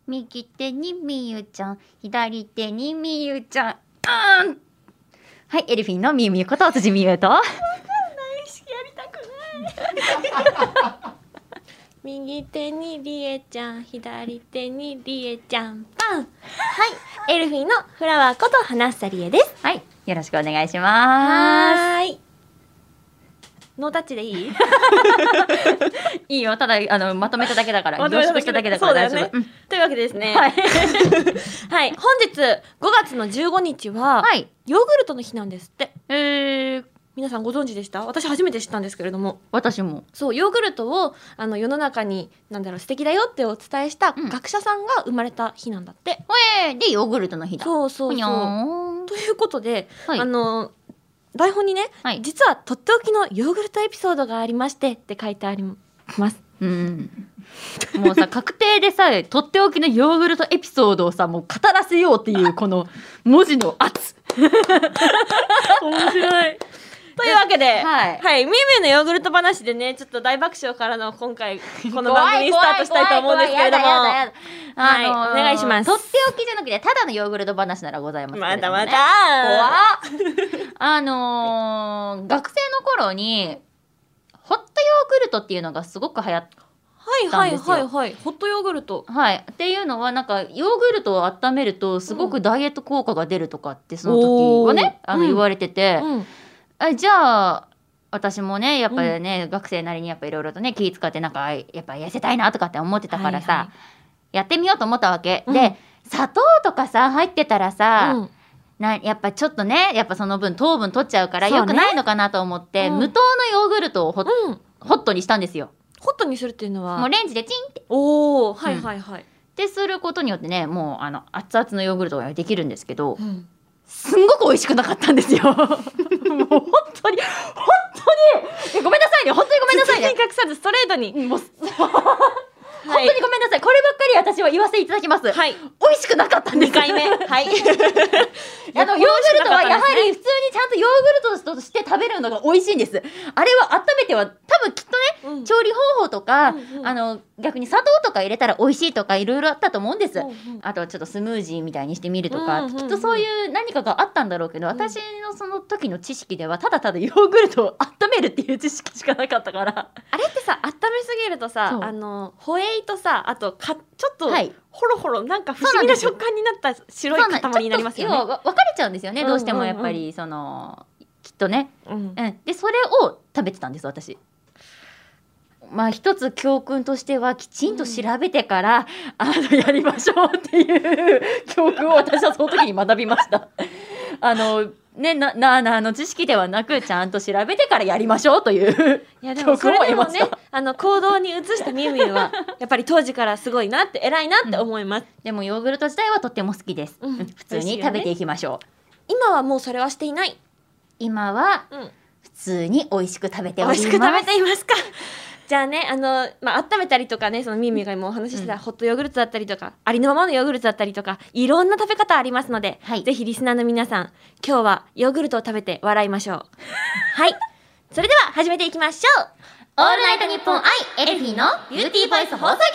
右手にみゆちゃん、左手にみゆちゃん。はい、エルフィンのみゆみゆこと辻みゆと。 意識やりたくない右手にりえちゃん、左手にりえちゃん、パン。はい、エルフィンのフラワーこと花房理恵です。 はい、よろしくお願いします。 はい。ノータッチでいい？ いいよ、ただまとめただけだから、 凝縮しただけだから大丈夫。 そうだよね。というわけでですね。 はい。 はい、本日5月の15日は、 はい、 ヨーグルトの日なんですって。皆さんご存知でした？私初めて知ったんですけれども。 私も。 そう、ヨーグルトを世の中に素敵だよってお伝えした学者さんが生まれた日なんだって。 でヨーグルトの日だ。 そうそうそう。ということで、 はい、 台本にね、 はい、 実はとっておきのヨーグルトエピソードがありましてって書いてあります。 もうさ、確定でさ、とっておきのヨーグルトエピソードをさ、もう語らせようっていうこの文字の圧。 面白い。というわけで、 はい、 みゆみゆのヨーグルト話でね、ちょっと大爆笑からの今回この番組スタートしたいと思うんですけれども、はい、お願いします。 とっておきじゃなくてただのヨーグルト話ならございますけれどもね。 また怖っ。学生の頃にホットヨーグルトっていうのがすごく流行ったんですよ。 ホットヨーグルト。 はい。っていうのはヨーグルトを温めるとすごくダイエット効果が出るとかってその時はね、言われてて。じゃあ私もねやっぱりね、学生なりにやっぱいろいろとね気使ってやっぱ痩せたいなとかって思ってたからさ、やってみようと思ったわけ、で砂糖とかさ入ってたらさ、やっぱちょっとねやっぱその分糖分取っちゃうから良くないのかなと思って、無糖のヨーグルトをホットにしたんですよ。 ホットにするっていうのはもうレンジでチンってってすることによってね、もう熱々のヨーグルトができるんですけど、すんごく美味しくなかったんですよ。もう本当にごめんなさいね、本当にごめんなさいね。 包み隠さずストレートに。 もう本当にごめんなさい。こればっかり私は言わせていただきます。はい。美味しくなかったんです。 2回目。はい。ヨーグルトはやはり普通にちゃんとヨーグルトとして食べるのが美味しいんです。あれは温めては多分きっとね、調理方法とか逆に砂糖とか入れたら美味しいとかいろいろあったと思うんです。あとちょっとスムージーみたいにしてみるとか、きっとそういう何かがあったんだろうけど、私のその時の知識ではただただヨーグルトを温めるっていう知識しかなかったから。 あれってさ、温めすぎるとさ、ホエイとさ、あとちょっとホロホロなんか不思議な食感になった白い塊になりますよね。 分かれちゃうんですよね、どうしてもやっぱりきっとね。でそれを食べてたんです私。まあ一つ教訓としてはきちんと調べてから、やりましょうっていう教訓を私はその時に学びました。知識ではなくちゃんと調べてからやりましょうという教訓を得ました。 行動に移したみゆみゆはやっぱり当時からすごいなって偉いなって思います。 でもヨーグルト自体はとっても好きです。普通に食べていきましょう。 今はもうそれはしていない。 今は普通に美味しく食べております。 美味しく食べていますか。じゃあね、温めたりとかね、そのみゆみゆが今お話ししてたホットヨーグルトだったりとか、ありのままのヨーグルトだったりとか、いろんな食べ方ありますので、ぜひリスナーの皆さん、今日はヨーグルトを食べて笑いましょう。はい。それでは始めていきましょう。 オールナイトニッポン愛エルフィーのビューティーボイス放送局。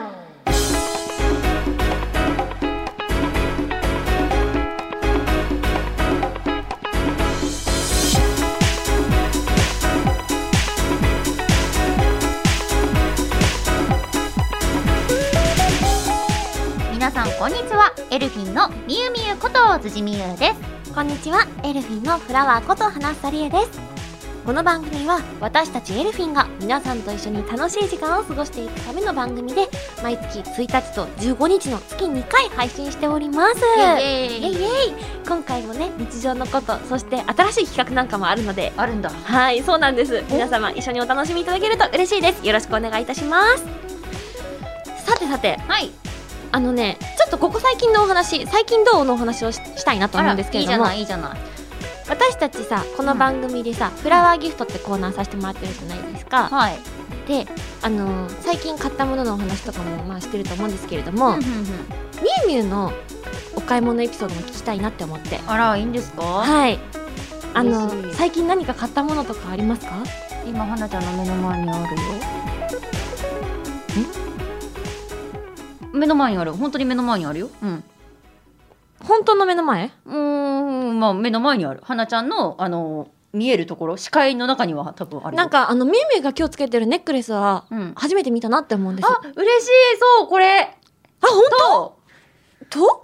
皆さんこんにちは。エルフィンのみゆみゆこと辻みゆです。 こんにちは。エルフィンのフラワーこと花房理恵です。この番組は私たちエルフィンが皆さんと一緒に楽しい時間を過ごしていくための番組で、毎月1日と15日の月2回配信しております。イエイイエイ。今回もね、日常のこと、そして新しい企画なんかもあるので。 あるんだ。 はい、そうなんです。皆様一緒にお楽しみいただけると嬉しいです。よろしくお願いいたします。さて、はい、ちょっとここ最近のお話、最近どうのお話をしたいなと思うんですけれども。 いいじゃない。 私たちさ、この番組でさ、フラワーギフトってコーナーさせてもらってるじゃないですか。はい。で、最近買ったもののお話とかもしてると思うんですけれども、みゆみゆのお買い物エピソードも聞きたいなって思って。 あら、いいんですか？ はい。最近何か買ったものとかありますか？ 今花ちゃんの目の前にあるよ。 目の前にある、本当に目の前にあるよ。 本当の目の前？ まあ目の前にある。花ちゃんの見えるところ、視界の中には多分あるよ。 なんかみゆみゆが今日つけてるネックレスは初めて見たなって思うんです。 あ、嬉しい。そうこれ。 あ、本当？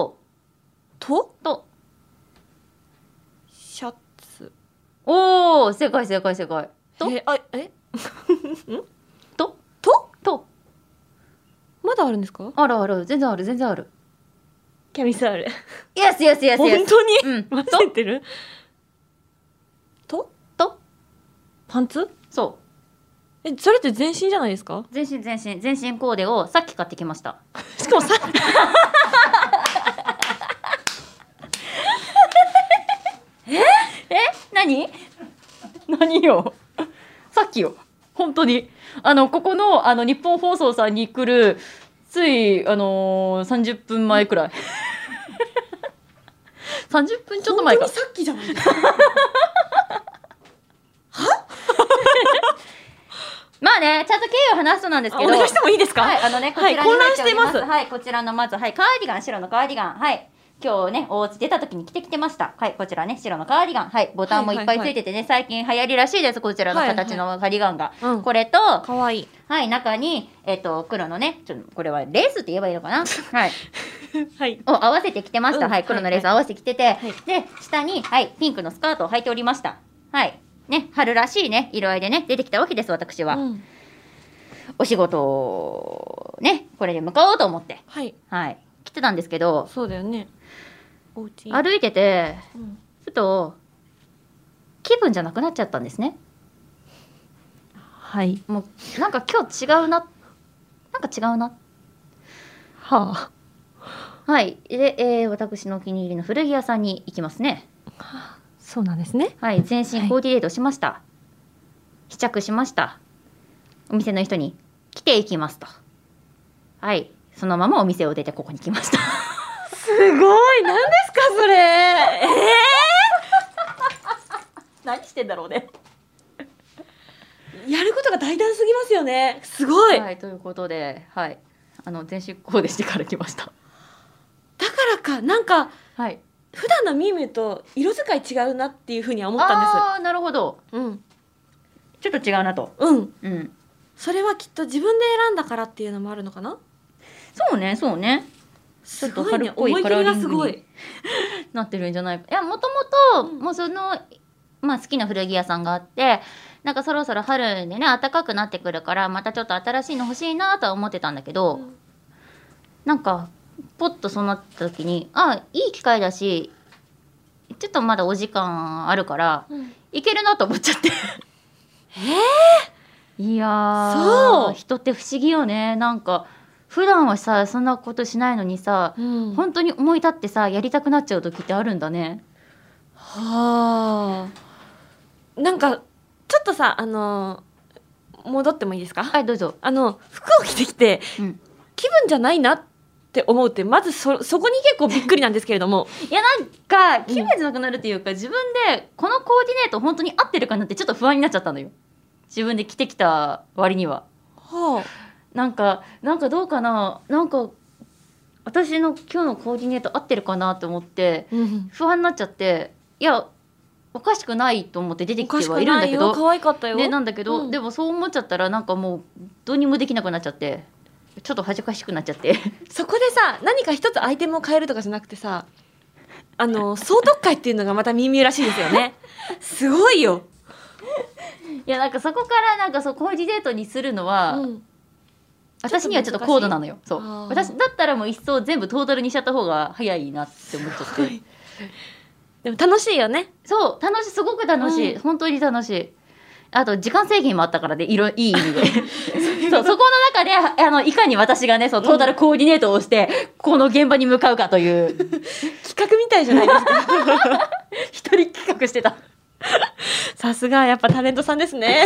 とシャツ。 おお、正解。とまだあるんですか？ ある、全然ある。 キャミソール。 イエス。 本当に？ 混ぜてる？とパンツ？ そう。 それって全身じゃないですか？ 全身コーデをさっき買ってきました。 しかも何よさっきよ、本当にここの日本放送さんに来るつい30分前くらい30分ちょっと前か。 本当にさっきじゃないですか。 まあね、ちゃんと経緯を話すとなんですけど、 お願いしてもいいですか？ はい、こちらに混乱してます。 はい、こちらのまず、はい、カーディガン、白のカーディガン、はい、今日ね、お家出た時に着てました。はい、こちらね、白のカーディガン、はい、ボタンもいっぱいついててね、最近流行りらしいです、こちらの形のカーディガンが。これと、 かわいい。 はい、中に、黒のね、これはレースって言えばいいのかなはい。 はい。 を合わせて着てました。はい、黒のレース合わせて着てて、で、下に、はい、ピンクのスカートを履いておりました。はい。ね、春らしいね、色合いでね、出てきたわけです、私は。お仕事をね、これで向かおうと思って、はい、来てたんですけど、 そうだよね。お家歩いてて、ふと気分じゃなくなっちゃったんですね。 はい。 もうなんか今日違うな。 はあ。 はい。で、私のお気に入りの古着屋さんに行きますね。 そうなんですね。 はい。全身コーディネートしました。試着しました。お店の人に着ていきますと。はい。そのままお店を出てここに来ました。 すごい。何ですかそれ。 何してんだろうね。 やることが大胆すぎますよね。すごい。 はい。ということで、はい。全身コーデしてから来ました。 だからか、なんか、 はい。 普段のみゆみゆと色使い違うなっていうふうには思ったんです。 ああ、なるほど。ちょっと違うなと。それはきっと自分で選んだからっていうのもあるのかな。 そうね。ちょっと春っぽいカラーリングになってるんじゃないか。いや、もともともう好きな古着屋さんがあって、なんかそろそろ春でね、暖かくなってくるからまたちょっと新しいの欲しいなとは思ってたんだけど、なんかポッとそうなった時に、いい機会だし、ちょっとまだお時間あるから、いけるなと思っちゃって。いやー、人って不思議よね。なんか普段はさ、そんなことしないのにさ、本当に思い立ってさ、やりたくなっちゃう時ってあるんだね。 はあ。なんかちょっとさ、戻ってもいいですか？ はい、どうぞ。 服を着てきて、気分じゃないなって思うって、まずそこに結構びっくりなんですけれども。 いや、なんか気分じゃなくなるっていうか、自分でこのコーディネート本当に合ってるかなってちょっと不安になっちゃったのよ。自分で着てきた割には。なんかどうかな、なんか私の今日のコーディネート合ってるかなと思って、不安になっちゃって、いやおかしくないと思って出てきてはいるんだけど、 可愛かったよ。 なんだけど、でもそう思っちゃったらなんかもうどうにもできなくなっちゃって、ちょっと恥ずかしくなっちゃって。 そこでさ、何か一つアイテムを変えるとかじゃなくてさ、総特会っていうのがまたみゆみゆらしいですよね。すごいよ。 いや、なんかそこからなんかコーディネートにするのは、私にはちょっと高度なのよ。そう。私だったらもう一層全部トータルにしちゃった方が早いなって思っちゃって。 でも楽しいよね。 そう、楽しい、すごく楽しい、本当に楽しい。あと時間制限もあったからで、いい意味で。そう、そこの中でいかに私がね、トータルコーディネートをしてこの現場に向かうかという企画みたいじゃないですか。 一人企画してた。 さすがやっぱタレントさんですね。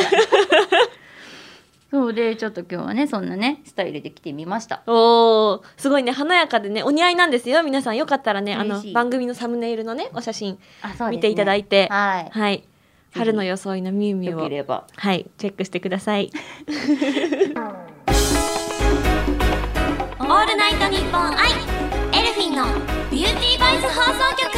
そうで、ちょっと今日はね、そんなねスタイルで着てみました。 おー、すごいね、華やかでね、お似合いなんですよ。皆さんよかったらね、番組のサムネイルのねお写真見ていただいて、はい、春の装いのみゆみゆをはいチェックしてください。あ、 ールナイトニッポン愛エルフィンのビューティーバイス放送局。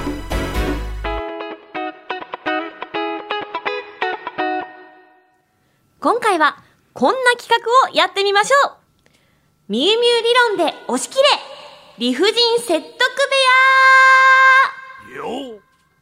今回はこんな企画をやってみましょう。みゆみゆ理論で押し切れ理不尽説得部屋。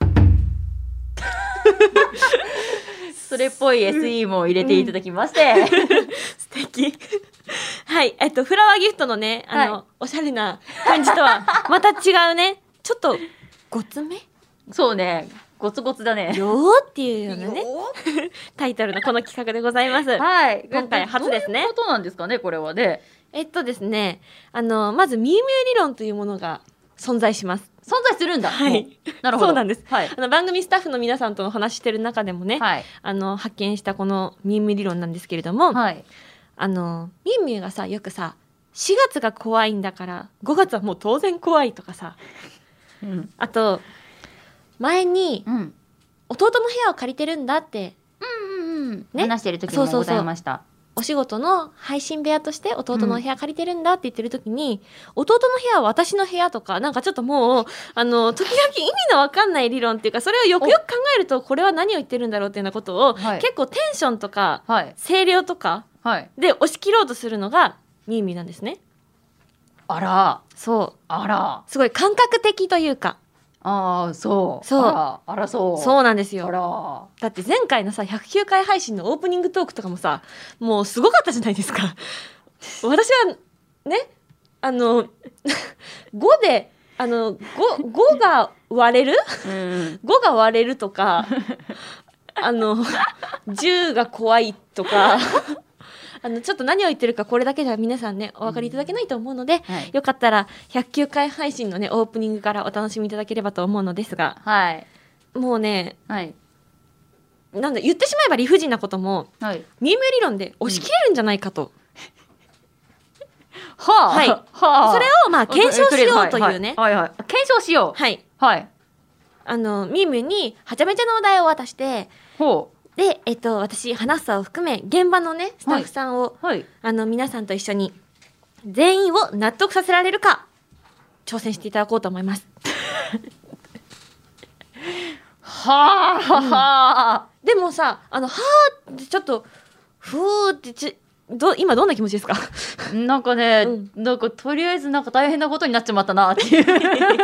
それっぽい SE も入れていただきまして、 素敵。はい、フラワーギフトのね、 はいおしゃれな感じとはまた違うね、ちょっとごつめそうね、ゴツゴツだね。 よーっていうようなねタイトルのこの企画でございます。 はい、 今回初ですね。 どういうことなんですかね、これはね。 ですね、まずみゆみゆ理論というものが存在します。 存在するんだ。 はい、 なるほど。 そうなんです。 はい、 番組スタッフの皆さんとの話してる中でもね、 はい、 発見したこのみゆみゆ理論なんですけれども、 はい、 みゆみゆがさ、よくさ、4月が怖いんだから5月はもう当然怖いとかさ、 うん、 あと前に、 うん、 弟の部屋を借りてるんだって、 ね、話してる時もございました。 お仕事の配信部屋として弟の部屋借りてるんだって言ってる時に、弟の部屋は私の部屋とか、なんかちょっともう時々意味のわかんない理論っていうか、それをよくよく考えるとこれは何を言ってるんだろうっていうようなことを、 はい、 結構テンションとか、 はい、 声量とかで押し切ろうとするのがみゆみゆなんですね。 あら、 そう、 あら、 すごい感覚的というか、 ああ、そう。 そう。 あら、そう。 そうなんですよ。 あら。 だって前回のさ、109回配信のオープニングトークとかもさ、もうすごかったじゃないですか。私は、ね、5で、5が割れる、5が割れるとか、10が怖いとか、ちょっと何を言ってるかこれだけでは皆さんねお分かりいただけないと思うので、はい、よかったら109回配信のねオープニングからお楽しみいただければと思うのですが、 はい、 もうね、 はい、 なんだ言ってしまえば理不尽なことも、はい、みゆみゆ理論で押し切れるんじゃないかと、 はあ、 はい、はあ、それをまあ検証しようというね、 はいはいはい、検証しよう、 はいはい、 みゆみゆにはちゃめちゃなお題を渡して、 ほうで、私花房を含め現場のねスタッフさんを、はいはい、皆さんと一緒に全員を納得させられるか挑戦していただこうと思います。 はあ、はあ、 でもさはあってちょっとふーって今どんな気持ちですか？ なんかね、なんかとりあえずなんか大変なことになっちまったなっていう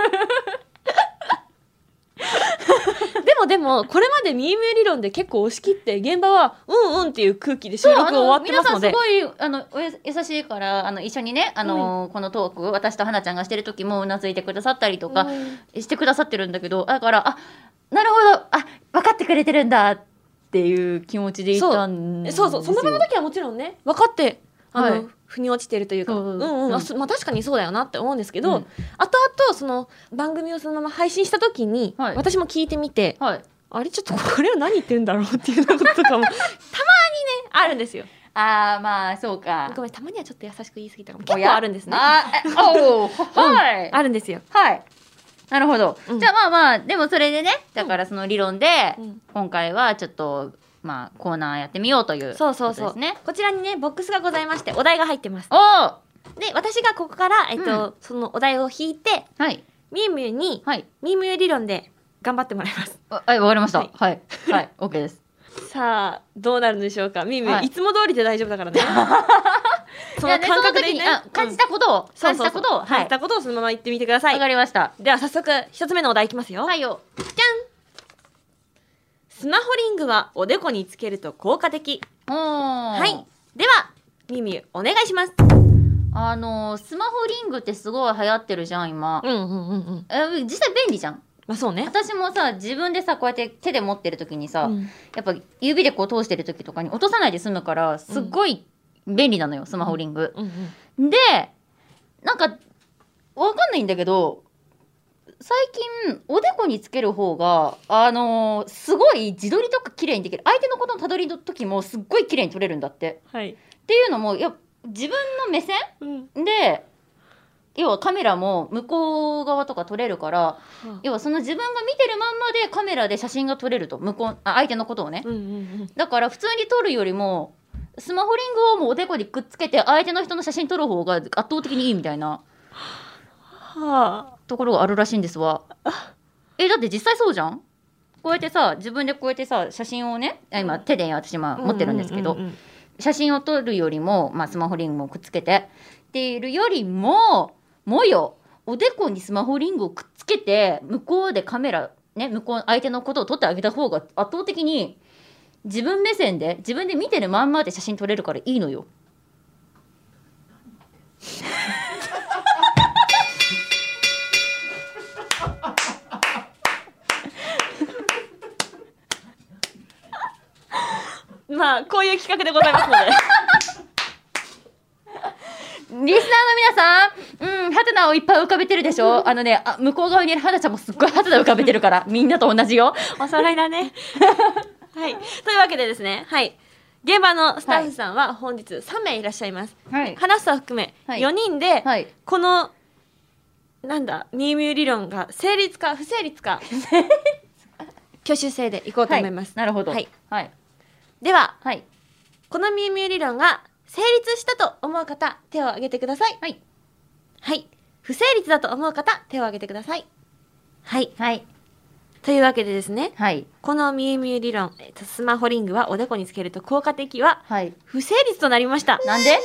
でもこれまでみゆみゆ理論で結構押し切って現場はうんっていう空気で収録終わってますので、 皆さんすごい優しいから一緒にねこのトーク私と花ちゃんがしてる時もうなずいてくださったりとかしてくださってるんだけど、だからなるほど分かってくれてるんだっていう気持ちでいたんですよ。 そうその場の時はもちろんね分かって腑に落ちてるというか、まあ確かにそうだよなって思うんですけど、後々その番組をそのまま配信した時に、私も聞いてみて、あれちょっとこれは何言ってるんだろうっていうこととかもたまにねあるんですよ。 まあそうか。 ごめん、たまにはちょっと優しく言い過ぎたかも。結構あるんですね。 はい、 あるんですよ。 はい。なるほど。じゃあまあでもそれでね、だからその理論で今回はちょっとコーナーやってみようということですね。 こちらにねボックスがございましてお題が入ってます。で私がここからそのお題を引いて、みゆみゆにみゆみゆ理論で頑張ってもらいます。 わかりました。はい OK です。 さあどうなるんでしょうか。みゆみゆいつも通りで大丈夫だからね。その感覚で感じたことを感じたことをそのまま言ってみてください。 わかりました。 では早速一つ目のお題いきますよ。 はいよ。 じゃん。スマホリングはおでこにつけると効果的。はい。ではみゆみゆお願いします。 スマホリングってすごい流行ってるじゃん今。実際便利じゃん。 そうね。 私もさ自分でさこうやって手で持ってる時にさ、やっぱ指でこう通してる時とかに落とさないで済むからすっごい便利なのよ、スマホリング。でなんかわかんないんだけど最近おでこにつける方がすごい自撮りとか綺麗にできる。相手のことのたどりの時もすっごい綺麗に撮れるんだって、っていうのも自分の目線、で要はカメラも向こう側とか撮れるから、要はその自分が見てるまんまでカメラで写真が撮れると相手のことをね、だから普通に撮るよりもスマホリングをもうおでこにくっつけて相手の人の写真撮る方が圧倒的にいいみたいなところがあるらしいんですわ。だって実際そうじゃん。こうやってさ自分でこうやってさ写真をね今手で私持ってるんですけど、写真を撮るよりも、スマホリングもくっつけてっているよりもおでこにスマホリングをくっつけて向こうでカメラね向こう相手のことを撮ってあげた方が圧倒的に自分目線で自分で見てるまんまで写真撮れるからいいのよ。 こういう企画でございますのでリスナーの皆さん、ハテナをいっぱい浮かべてるでしょ。向こう側にいる花ちゃんもすっごいハテナ浮かべてるからみんなと同じよ。 お揃いだねはい、というわけでですね、はい、現場のスタッフさんは本日3名いらっしゃいます、花さん含め4人で、このなんだみゆみゆ理論が成立か不成立か挙手制でいこうと思います、 なるほど、 では、このみゆみゆ理論が成立したと思う方手を挙げてください。不成立だと思う方手を挙げてください。というわけでですね、このみゆみゆ理論スマホリングはおでこにつけると効果的は不成立となりました。 なんで？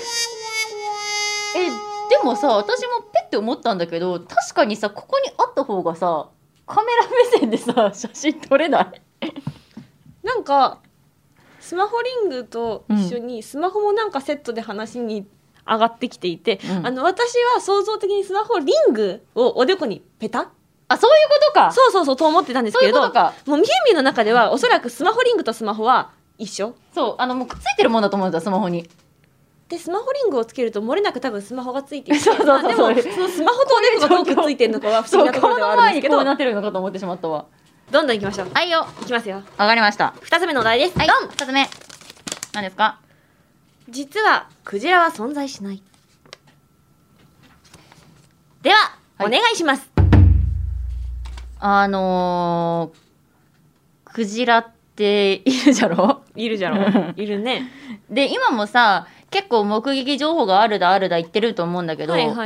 でもさ私もペッて思ったんだけど確かにさここにあった方がさカメラ目線でさ写真撮れないなんかスマホリングと一緒にスマホもなんかセットで話に上がってきていて、私は想像的にスマホリングをおでこにペタッそういうことか。 そうと思ってたんですけれど、もうみゆみゆの中ではおそらくスマホリングとスマホは一緒。 もうくっついてるもんだと思うんだスマホに。 でスマホリングをつけると漏れなく多分スマホがついていて、 でもそのスマホとおでこがどうくっついてるのかは不思議なところではあるんですけど、 こうなってるのかと思ってしまったわ。 どんどんいきましょう。 はいよ。 いきますよ。 わかりました。 2つ目のお題です。 ドン。2つ目何ですか？ 実はクジラは存在しない。では、お願いします。 クジラっているじゃろ？ いるじゃろいるね。 で今もさ結構目撃情報があるだ言ってると思うんだけど、も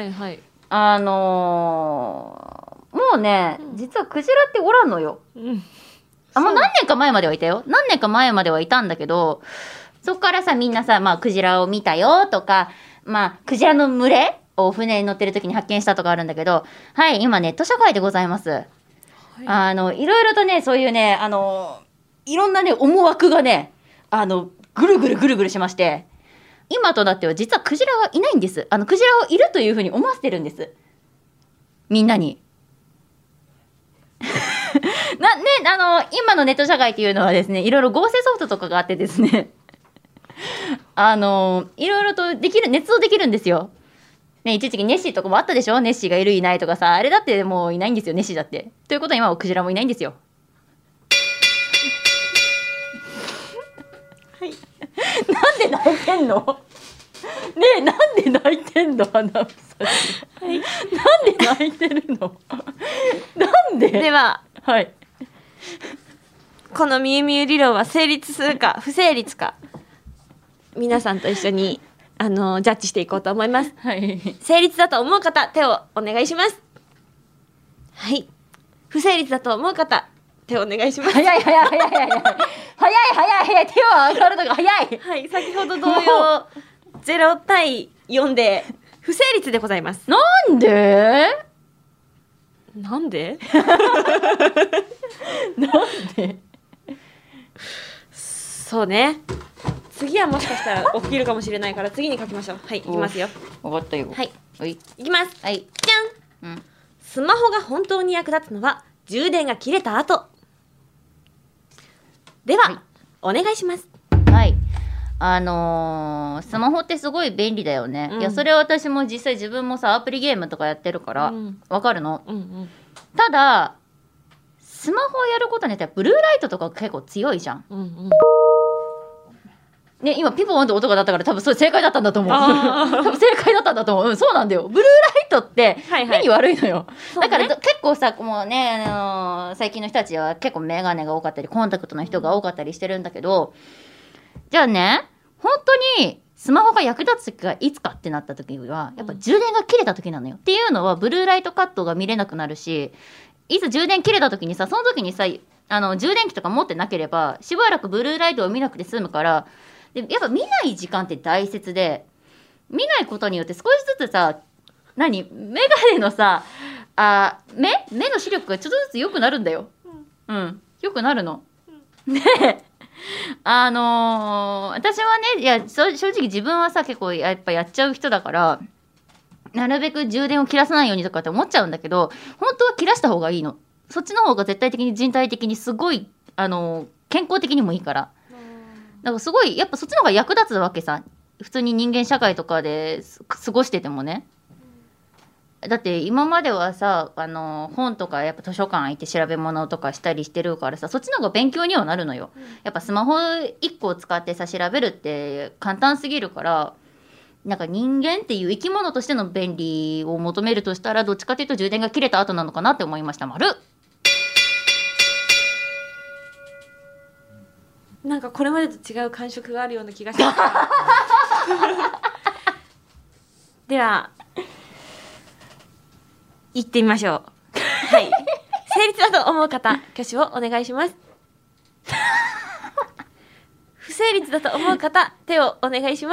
うね、実はクジラっておらんのよ。もう何年か前まではいたよ。何年か前まではいたんだけど、そこからさみんなさクジラを見たよとかクジラの群れを船に乗ってる時に発見したとかあるんだけど、今ネット社会でございます。いろいろとねそういうねいろんなね思惑がねぐるぐるしまして、今となっては実はクジラはいないんです。クジラをいるというふうに思わせてるんです。みんなに。今のネット社会っていうのはですね、いろいろ合成ソフトとかがあってですね、いろいろと捏造できるんですよ。ね、一時期ネッシーとかもあったでしょ。ネッシーがいるいないとかさ、あれだってもういないんですよ、ネッシーだって。ということは今はクジラもいないんですよ。なんで泣いてんの？ねえ、なんで泣いてんの？アナウンサー。なんで泣いてるの？なんで？ では、このみゆみゆ理論は成立するか不成立か、皆さんと一緒にジャッジしていこうと思います。成立だと思う方手をお願いします。不成立だと思う方手をお願いします。 早い手は上がるのが早い。 先ほど同様0対4で不成立でございます。 なんでなんでそうね、次はもしかしたら起きるかもしれないから次に書きましょう。いきますよ。 分かったよ。 いきます。じゃん、 スマホが本当に役立つのは充電が切れた後。では、お願いします。 スマホってすごい便利だよね。いやそれは私も実際自分もさアプリゲームとかやってるからわかるの。ただスマホをやることによってはブルーライトとか結構強いじゃん。ね、今ピポンって音が鳴ったから多分それ正解だったんだと思う。多分正解だったんだと思う。そうなんだよ。ブルーライトって目に悪いのよ。だから結構さもうね、最近の人たちは結構メガネが多かったりコンタクトの人が多かったりしてるんだけど、じゃあね本当にスマホが役立つ時がいつかってなった時はやっぱ充電が切れた時なのよ、っていうのはブルーライトカットが見れなくなるし、いつ充電切れた時にさ、その時にさ充電器とか持ってなければしばらくブルーライトを見なくて済むから。でやっぱ見ない時間って大切で、見ないことによって少しずつさ、メガネのさ目の視力がちょっとずつ良くなるんだよ。良くなるの。で私はね、いや正直自分はさ結構やっぱやっちゃう人だから、なるべく充電を切らさないようにとかって思っちゃうんだけど、本当は切らした方がいいの。そっちの方が絶対的に人体的にすごい健康的にもいいから。だからすごいやっぱそっちの方が役立つわけさ、普通に人間社会とかで過ごしててもね。だって今まではさ本とかやっぱ図書館行って調べ物とかしたりしてるからさ、そっちの方が勉強にはなるのよ。やっぱスマホ1個を使ってさ調べるって簡単すぎるから、なんか人間っていう生き物としての便利を求めるとしたら、どっちかというと充電が切れた後なのかなって思いました。 なんかこれまでと違う感触があるような気がしますでは行ってみましょう。はい、成立だと思う方挙手をお願いします。不成立だと思う方手をお願いします。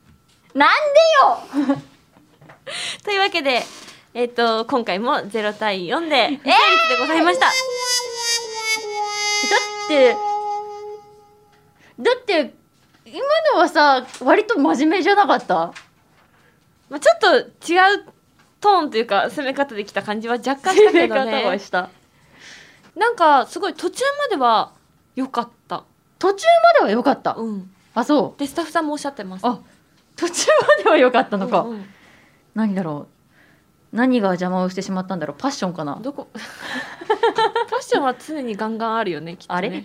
なんでよというわけで今回も0対4で不成立でございました。 だって今のはさ割と真面目じゃなかった？ まあ、ちょっと違うトーンというか攻め方できた感じは若干したけどね。 攻め方はした。 なんかすごい途中までは良かった。 途中までは良かった。あ、そうでスタッフさんもおっしゃってます。 あ、途中までは良かったのか。何だろう、何が邪魔をしてしまったんだろう。パッションかな。 どこパッションは常にガンガンあるよね、きっとね。あれ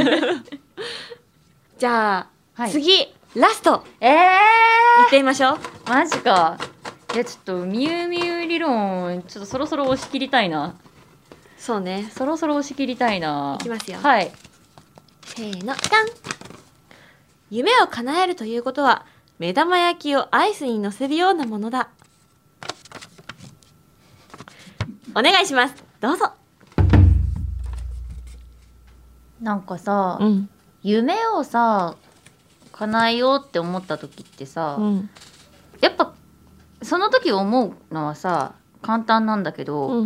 じゃあ、次ラスト行ってみましょう。 マジか。いやちょっとみゆみゆ理論ちょっとそろそろ押し切りたいな。 そうね、 そろそろ押し切りたいな。 いきますよ。 はい、 せーの、カン。夢を叶えるということは目玉焼きをアイスに乗せるようなものだ。お願いします。どうぞ。 なんかさ、夢をさ叶えようって思った時ってさ、やっぱその時思うのはさ簡単なんだけど、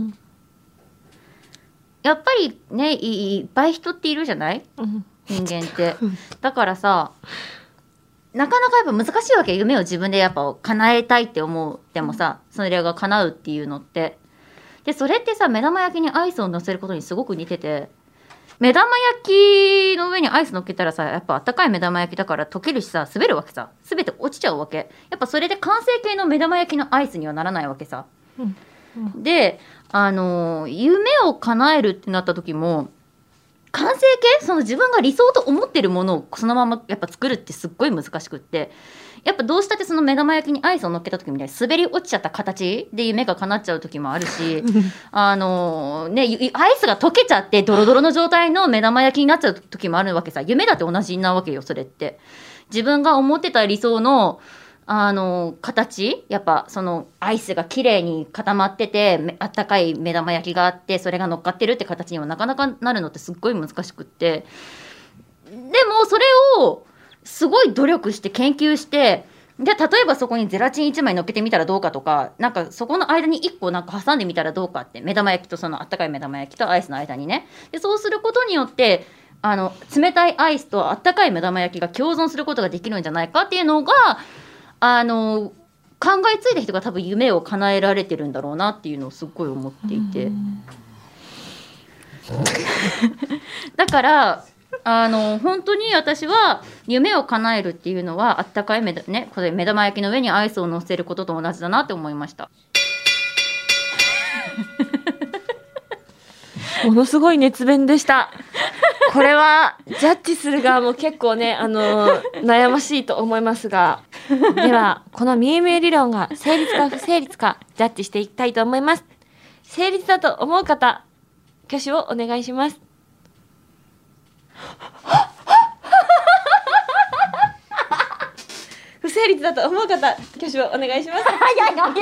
やっぱりねいっぱい人っているじゃない、人間ってだからさなかなかやっぱ難しいわけ。夢を自分でやっぱ叶えたいって思うでもさ、それが叶うっていうのって、でそれってさ目玉焼きにアイスを乗せることにすごく似てて、目玉焼きの上にアイス乗っけたらさやっぱあったかい目玉焼きだから溶けるしさ、滑るわけさ、全て落ちちゃうわけ。やっぱそれで完成形の目玉焼きのアイスにはならないわけさ、で夢を叶えるってなった時も完成形、その自分が理想と思ってるものをそのままやっぱ作るってすっごい難しくって、やっぱどうしたってその目玉焼きにアイスを乗っけた時みたいに滑り落ちちゃった形で夢が叶っちゃう時もあるしアイスが溶けちゃってドロドロの状態の目玉焼きになっちゃう時もあるわけさ。夢だって同じなわけよ。それって自分が思ってた理想の形、やっぱそのアイスが綺麗に固まっててあったかい目玉焼きがあってそれが乗っかってるって形にはなかなかなるのってすっごい難しくって、でもそれをすごい努力して研究して、で例えばそこにゼラチン1枚乗っけてみたらどうかとか、なんかそこの間に1個なんか挟んでみたらどうかって、目玉焼きとそのあったかい目玉焼きとアイスの間にね。でそうすることによって冷たいアイスとあったかい目玉焼きが共存することができるんじゃないかっていうのが考えついた人が多分夢を叶えられてるんだろうなっていうのをすっごい思っていてだから本当に私は夢を叶えるっていうのはあったかいこれ目玉焼きの上にアイスを乗せることと同じだなって思いましたものすごい熱弁でした。これはジャッジする側も結構ね悩ましいと思いますが、ではこのみゆみゆ理論が成立か不成立かジャッジしていきたいと思います。成立だと思う方挙手をお願いします。 成立だと思う方挙手をお願いします。 早いというわ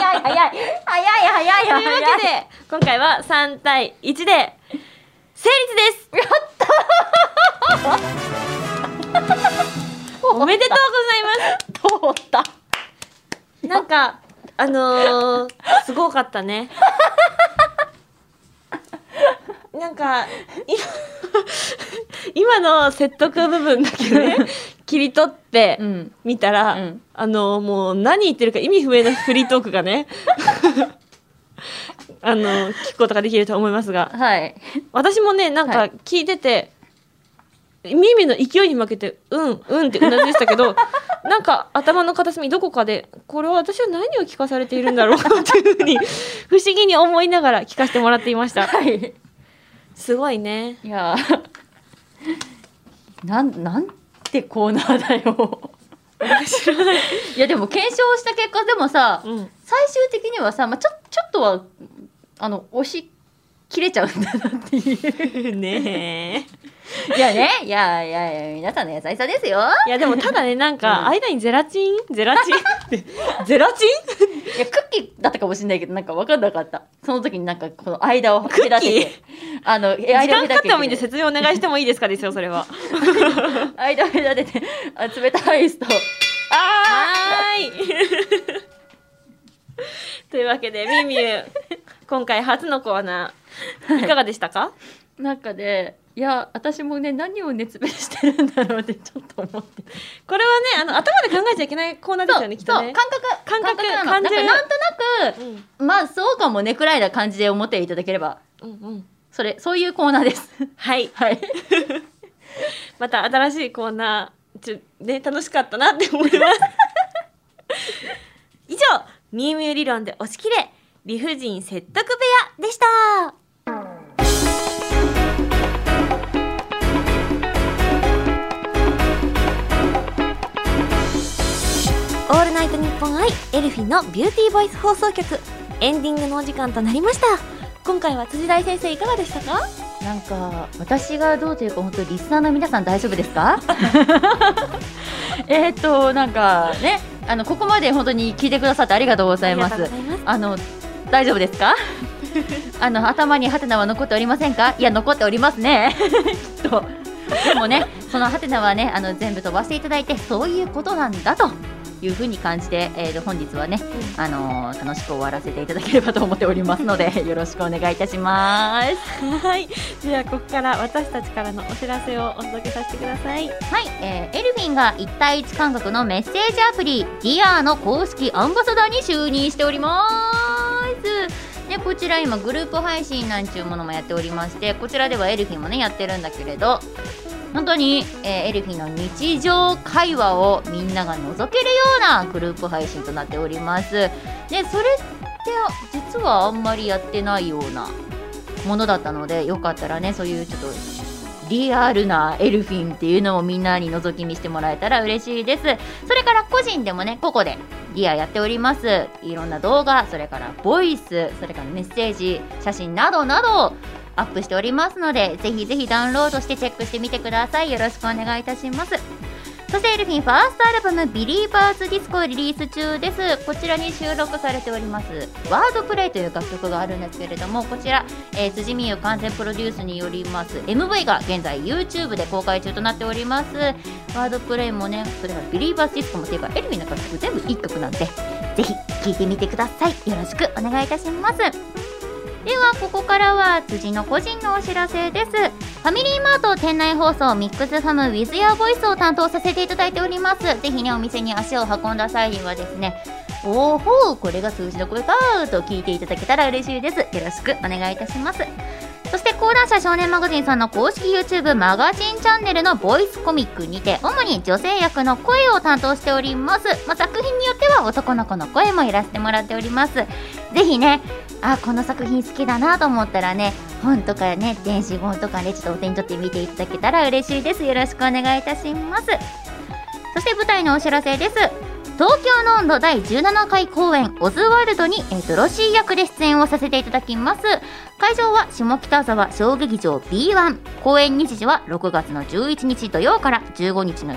けで今回は3対1で成立です。やったおめでとうございます。 通った。 なんかすごかったね。なんか今の説得部分だけね切り取ってみたら、もう何言ってるか意味不明なフリートークがね聞くことができると思いますが、 はい、 私もねなんか聞いてて、ミミの勢いに負けてうんってうなずいてたけどなんか頭の片隅どこかでこれは私は何を聞かされているんだろうっていうふうに不思議に思いながら聞かせてもらっていました。はい、すごいね。 いやなんてコーナーだよいやでも検証した結果でもさ、最終的にはさ、ちょっとは押し切れちゃうんだなっていうねいや皆さんの優しさですよ。 いやでもただねなんか間にゼラチンいやクッキーだったかもしれないけどなんか分かんなかった。その時になんかこの間を隔てて時間かかってもいいんで説明お願いしてもいいですかですよそれは間を隔てて冷たいアイスとはいというわけでみみゆ今回初のコーナーいかがでしたか？ なんかでいや私もね何を熱弁してるんだろうってちょっと思ってこれはね頭で考えちゃいけないコーナーですよねきっとね。 感覚なんとなく、まあそうかもねくらいな感じで思っていただければ、そういうコーナーですはいまた新しいコーナーね楽しかったなって思います以上みゆみゆ理論で押し切れ理不尽説得部屋でした。オールナイトニッポン愛エルフィンのビューティーボイス放送局エンディングのお時間となりました。今回は辻大先生いかがでしたか？ なんか私がどうというか本当リスナーの皆さん大丈夫ですかなんかねここまで本当に聞いてくださってありがとうございます。大丈夫ですか頭にハテナは残っておりませんか？いや残っておりますねきっと。でもねそのハテナはね全部飛ばしていただいてそういうことなんだというふうに感じて、本日はね、楽しく終わらせていただければと思っておりますのでよろしくお願いいたします。 はい、ではここから私たちからのお知らせをお届けさせてください。 はい、エルフィンが1対1感覚のメッセージアプリ Dear の公式アンバサダーに就任しておりますでこちら今グループ配信なんちゅうものもやっておりましてこちらではエルフィンもねやってるんだけれど本当に、エルフィンの日常会話をみんなが覗けるようなグループ配信となっております。でそれって実はあんまりやってないようなものだったのでよかったらねそういうちょっとリアルなエルフィンっていうのをみんなに覗き見してもらえたら嬉しいです。それから個人でもね個々でリアやっております。いろんな動画それからボイスそれからメッセージ写真などなどアップしておりますのでぜひぜひダウンロードしてチェックしてみてください。よろしくお願いいたします。そしてエルフィンファーストアルバムビリーバーズディスコをリリース中です。こちらに収録されておりますワードプレイという楽曲があるんですけれどもこちら、辻美優完全プロデュースによります MV が現在 YouTube で公開中となっております。ワードプレイもねそれからビリーバーズディスコもというかエルフィンの楽曲全部1曲なんでぜひ聴いてみてください。よろしくお願いいたします。ではここからは辻の個人のお知らせです。ファミリーマート店内放送ミックスファム with your voice を担当させていただいております。ぜひねお店に足を運んだ際にはですねおーほーこれが辻の声かーと聞いていただけたら嬉しいです。よろしくお願いいたします。そして講談社少年マガジンさんの公式 YouTube マガジンチャンネルのボイスコミックにて主に女性役の声を担当しております。作品によっては男の子の声もやらせてもらっております。ぜひねこの作品好きだなと思ったらね本とかね電子本とかねちょっとお手に取って見ていただけたら嬉しいです。よろしくお願いいたします。そして舞台のお知らせです。東京の温度第17回公演オズワルドに、ドロシー役で出演をさせていただきます。会場は下北沢小劇場 B1 公演日時は6月の11日土曜から15日の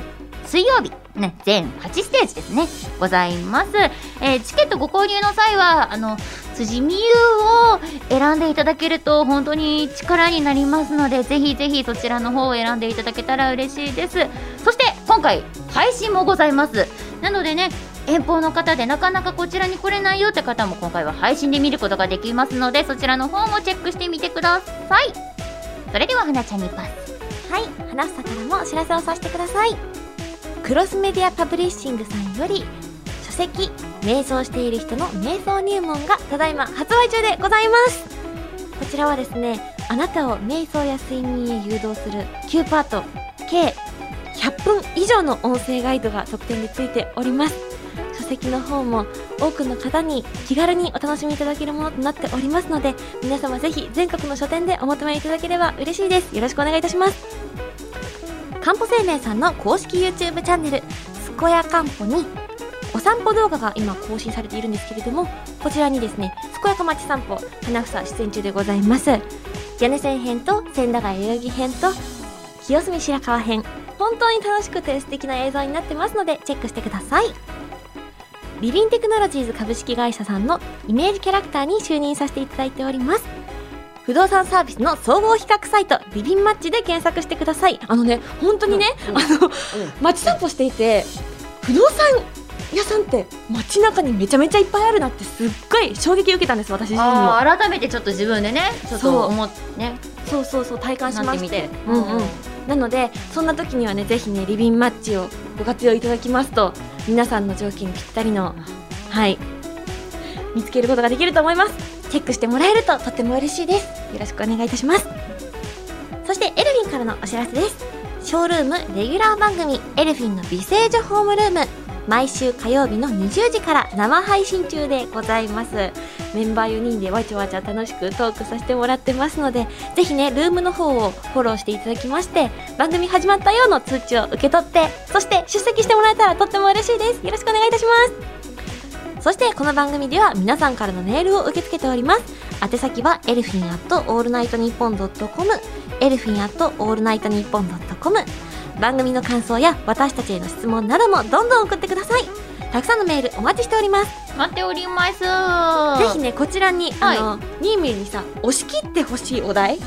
水曜日ね、全8ステージですねございます。チケットご購入の際は辻美優を選んでいただけると本当に力になりますので、ぜひぜひそちらの方を選んでいただけたら嬉しいです。そして今回配信もございます。なのでね、遠方の方でなかなかこちらに来れないよって方も今回は配信で見ることができますので、そちらの方もチェックしてみてください。それでは花ちゃんにパス。 はい、花房からもお知らせをさせてください。クロスメディアパブリッシングさんより書籍瞑想している人の瞑想入門がただいま発売中でございます。こちらはですね、あなたを瞑想や睡眠へ誘導する9パート計100分以上の音声ガイドが特典でついております。書籍の方も多くの方に気軽にお楽しみいただけるものとなっておりますので、皆様ぜひ全国の書店でお求めいただければ嬉しいです。よろしくお願いいたします。かんぽ生命さんの公式 YouTube チャンネルすこやかんぽにお散歩動画が今更新されているんですけれども、こちらにですね、すこやか町散歩花房出演中でございます。屋根線編と千駄ヶ谷代々木編と清澄白河編、本当に楽しくて素敵な映像になってますのでチェックしてください。ビビンテクノロジーズ株式会社さんのイメージキャラクターに就任させていただいております。不動産サービスの総合比較サイトビビンマッチで検索してください。本当にね、街散歩していて不動産屋さんって街中にめちゃめちゃいっぱいあるなってすっごい衝撃を受けたんです、私自身も。 改めてちょっと自分でね、ちょっと思ってね、 そう体感しまして、 うんうん、 なのでそんな時にはね、ぜひねリビンマッチをご活用いただきますと、皆さんの条件にぴったりの見つけることができると思います。チェックしてもらえるととっても嬉しいです。よろしくお願いいたします。そしてエルフィンからのお知らせです。ショールームレギュラー番組エルフィンの美声女ホームルーム、毎週火曜日の20時から生配信中でございます。メンバー4人でわちゃわちゃ楽しくトークさせてもらってますので、ぜひねルームの方をフォローしていただきまして、番組始まったよの通知を受け取って、そして出席してもらえたらとっても嬉しいです。よろしくお願いいたします。そしてこの番組では皆さんからのメールを受け付けております。宛先はエルフィン@allnightnippon.com、エルフィン@allnightnippon.com。番組の感想や私たちへの質問などもどんどん送ってください。たくさんのメールお待ちしております。 待っております。 ぜひねこちらにニーミーにさ押し切ってほしいお題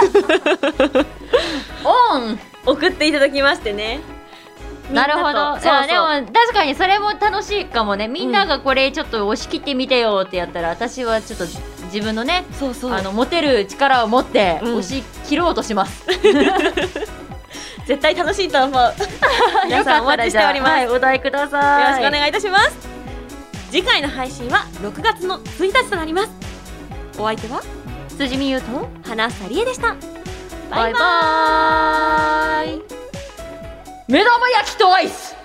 オン送っていただきましてね。 なるほど。でも確かにそれも楽しいかもね。みんながこれちょっと押し切ってみてよってやったら、私はちょっと自分のね、持てる力を持って押し切ろうとします。 絶対楽しいと思う。皆さんお待ちしております。 お題ください。 よろしくお願いいたします。次回の配信は6月の1日となります。お相手は辻美優と花房理恵でした。 バイバーイ。目玉焼きとアイス。